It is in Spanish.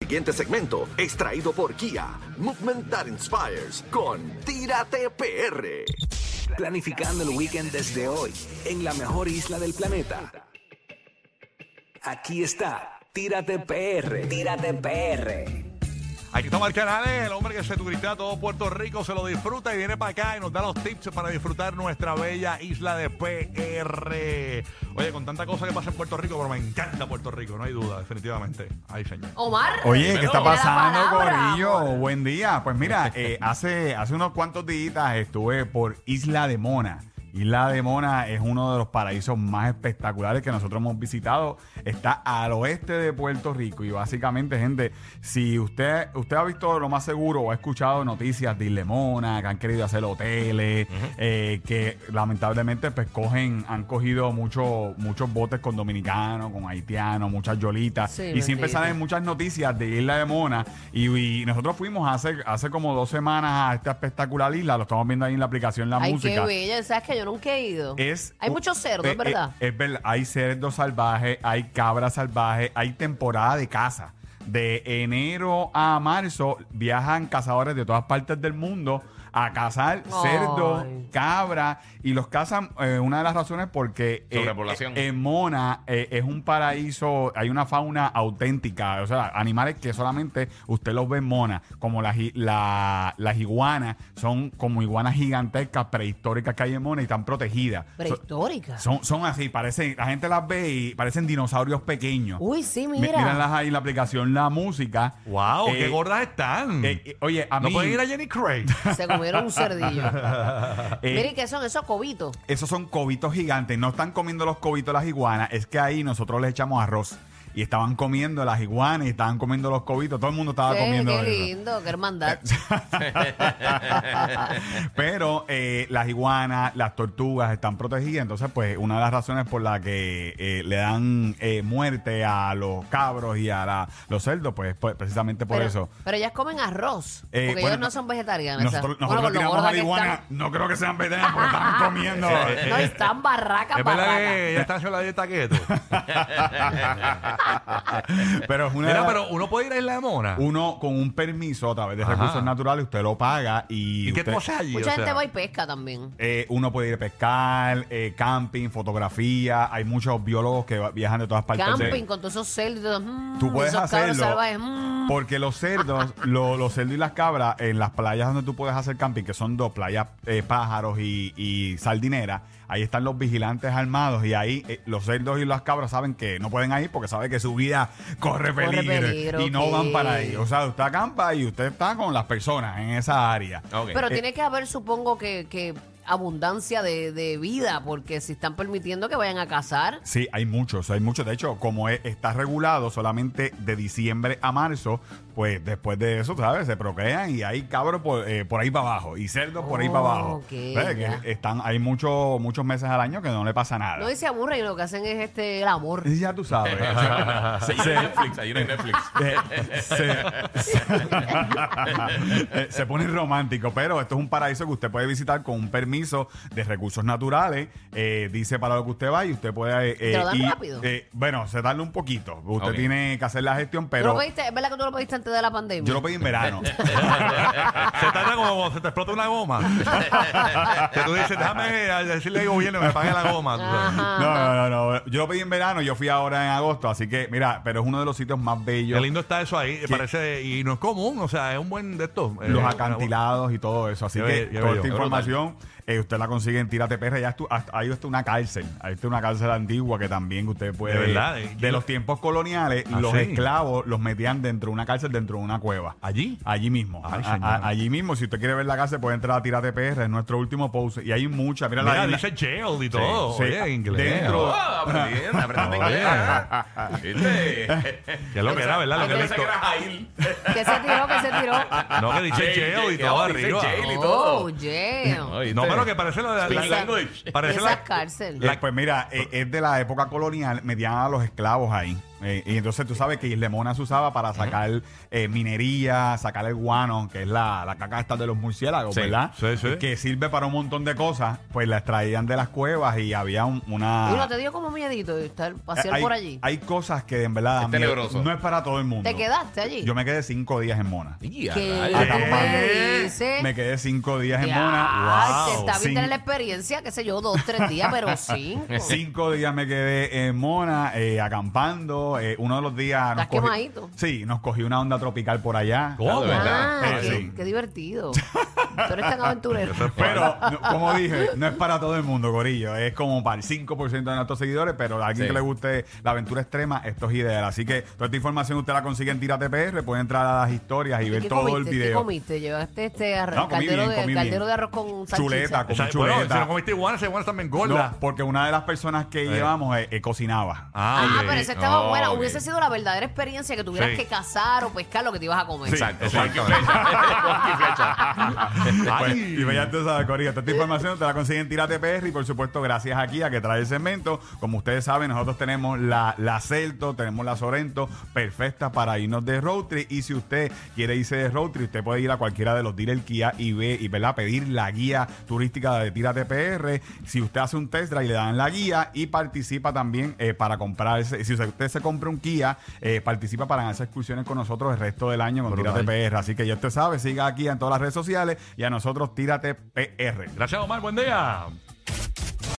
siguiente segmento es traído por Kia, Movement That Inspires, con Tírate PR. Planificando el weekend desde hoy, en la mejor isla del planeta. Aquí está, Tírate PR. Tírate PR. Aquí está Omar Canales, el hombre que se turistea a todo Puerto Rico, se lo disfruta y viene para acá y nos da los tips para disfrutar nuestra bella isla de PR. Oye, con tanta cosa que pasa en Puerto Rico, pero me encanta Puerto Rico, no hay duda, definitivamente. Ay, señor. Omar. Oye, ¿qué está Tiene la pasando, palabra, Corillo? amor. Buen día. Pues mira, hace unos cuantos días estuve por Isla de Mona. Isla de Mona es uno de los paraísos más espectaculares que nosotros hemos visitado. Está al oeste de Puerto Rico y básicamente, gente, si usted ha visto lo más seguro o ha escuchado noticias de Isla de Mona, que han querido hacer hoteles, que lamentablemente pues han cogido muchos botes con dominicanos, con haitianos, muchas yolitas. Sí, y siempre bendito. salen muchas noticias de Isla de Mona y nosotros fuimos hace como 2 semanas a esta espectacular isla. Lo estamos viendo ahí en la aplicación La Ay, Música. qué bella. ¿Sabes que yo nunca he ido? Hay muchos cerdos, es ¿verdad? Es verdad. Hay cerdos salvajes, hay cabras salvajes, hay temporada de caza. De enero a marzo viajan cazadores de todas partes del mundo a cazar cerdos, cabra, y los cazan, una de las razones porque Sobrepoblación. En Mona es un paraíso, hay una fauna auténtica, o sea, animales que solamente usted los ve en Mona, como las iguanas, son como iguanas gigantescas, prehistóricas que hay en Mona y están protegidas. Prehistórica. Son así, la gente las ve y parecen dinosaurios pequeños. Uy, sí, mira. Míralas ahí en la aplicación La Música. ¡Wow! ¡Qué gordas están! Oye, a ¿No mí... pueden ir a Jenny Craig? Se comieron un cerdillo. Mire, ¿qué son esos cobitos? Esos son cobitos gigantes. No están comiendo los cobitos las iguanas. Es que ahí nosotros les echamos arroz. Y estaban comiendo las iguanas y estaban comiendo los cobitos. Todo el mundo estaba comiendo Qué eso. lindo, qué hermandad. Pero las iguanas, las tortugas están protegidas. Entonces, pues, una de las razones por la que le dan muerte a los cabros y a los cerdos, pues precisamente por eso. Pero ellas comen arroz. Porque Bueno, ellos no son vegetarianas. Nosotros Bueno, con lo tiramos a gorda la que iguana. están. No creo que sean vegetarianas porque están comiendo. No, están barracas, ¿Es verdad barracas. que ella está haciendo la dieta keto? Pero es una Mira, de las- pero uno puede ir a Isla de Mona. Uno con un permiso a través de Ajá. recursos naturales, usted lo paga y ¿Y qué usted- tú haces allí? Mucha O gente sea, va y pesca también. uno puede ir a pescar, camping, fotografía. Hay muchos biólogos que viajan de todas partes. Camping con todos esos cerdos. Tú puedes esos cabros hacerlo salvajes. porque los cerdos, los cerdos y las cabras en las playas donde tú puedes hacer camping, que son 2 playas, Pájaros y Sardinera, ahí están los vigilantes armados y ahí los cerdos y las cabras saben que no pueden ir porque saben que su vida corre peligro y no ok. van para ahí. O sea, usted acampa y usted está con las personas en esa área. Ok. Pero tiene que haber, supongo, que abundancia de vida, porque si están permitiendo que vayan a cazar. Sí, hay muchos. De hecho, como está regulado solamente de diciembre a marzo, pues después de eso, ¿sabes? Se procrean y hay cabros por ahí para abajo y cerdos por ahí para abajo. Ok, ¿Ves? ya. Que hay muchos meses al año que no le pasa nada. No, y se aburren y lo que hacen es el amor. Y ya tú sabes. Hay uno en Netflix. Se pone romántico, pero esto es un paraíso que usted puede visitar con un permiso de recursos naturales. Dice para lo que usted va y usted puede ¿Te lo dan ir. rápido? Bueno, se tarda un poquito. Usted Ok. tiene que hacer la gestión, ¿Tú pero lo pediste? ¿Es verdad que tú lo pediste antes de la pandemia? yo lo pedí en verano. se tarda como cuando se te explota una goma. Que tú dices, déjame decirle al gobierno que me pague la goma. Ajá. No. Yo lo pedí en verano, yo fui ahora en agosto, así que, mira, pero es uno de los sitios más bellos. Qué lindo está eso ahí, parece, y no es común, o sea, es un buen de estos. Los acantilados y todo eso. Así Qué que bello, qué toda bello. esta información usted la consigue en Tírate PR. Ahí está una cárcel. Ahí está una cárcel antigua que también usted puede. De verdad. De los tiempos coloniales, Ah, los sí. esclavos los metían dentro de una cárcel, dentro de una cueva. ¿Allí? Allí mismo. Ay, señor. Allí mismo. Si usted quiere ver la cárcel, puede entrar a Tírate PR. Es nuestro último post. Y hay muchas. Mira, Mira, la dice jail y todo. sí. Oye, inglés. Dentro- Aprendiendo Oye. ¿Viste? Que es lo que era, ¿verdad? Lo que Yo he pensé visto. que era Jail. ¿Qué se tiró? No, que dice jail y que todo dice arriba. jail y todo. Oh, yeah. ¿Oíste? No, pero que parece lo de Speak language. Parece Esa la, cárcel. Pues mira, es de la época colonial. Metían a los esclavos ahí. Y entonces tú sabes que Islemona se usaba para sacar minería, sacar el guano, que es la caca esta de los murciélagos, Sí, ¿verdad? sí. Que sirve para un montón de cosas. Pues la extraían de las cuevas y había una... Y no te dio como miedito de estar pasear hay, por allí. hay cosas que en verdad dan Es miedo. tenebroso. No es para todo el mundo. ¿Te quedaste allí? Yo me quedé 5 días en Mona. Y a ¿Qué rayos. me dices? Me quedé 5 días en Ya, Mona. Está bien Sin- tener la experiencia, qué sé yo, 2, 3 días, pero 5. 5 días me quedé en Mona, acampando. Uno de los días... ¿Estás quemadito? Sí, nos cogí una onda tropical por allá. ¿Cómo? de verdad. Ah, Sí. qué divertido. Tú eres tan aventurero. Pero, como dije, no es para todo el mundo, Corillo. Es como para el 5% de nuestros seguidores, pero a alguien Sí. que le guste la aventura extrema, esto es ideal. Así que toda esta información usted la consigue en Tírate PR. Puede entrar a las historias y ver ¿Qué todo el comiste? ¿Qué video. comiste? ¿Llevaste No, comí bien, comí caldero bien. de arroz con salchicha? Chuleta, O con sea, chuleta. bueno, si no comiste iguanas, esa iguana también gorda. No, porque una de las personas que llevamos cocinaba. Ah, ok. pero esa estaba Oh, buena. ok. Hubiese sido la verdadera experiencia que tuvieras Sí. que cazar o pescar lo que te ibas a comer. Sí. Exacto. Exacto. Con y flecha. Pues, Ay. y ya tú sabes, Corillo, toda esta información te la consiguen en Tírate PR y por supuesto gracias aquí a que trae el segmento. Como ustedes saben, nosotros tenemos la Celto, tenemos la Sorento, perfecta para irnos de road trip. Y si usted quiere irse de road trip, usted puede ir a cualquiera de los dealers Kia y ¿verdad? Pedir la guía turística de Tírate PR. Si usted hace un test drive, le dan la guía y participa también para comprarse. Si usted se compra un Kia, participa para hacer excursiones con nosotros el resto del año con Tírate PR. Así que ya usted sabe, siga aquí en todas las redes sociales y a nosotros Tírate PR. Gracias, Omar. Buen día.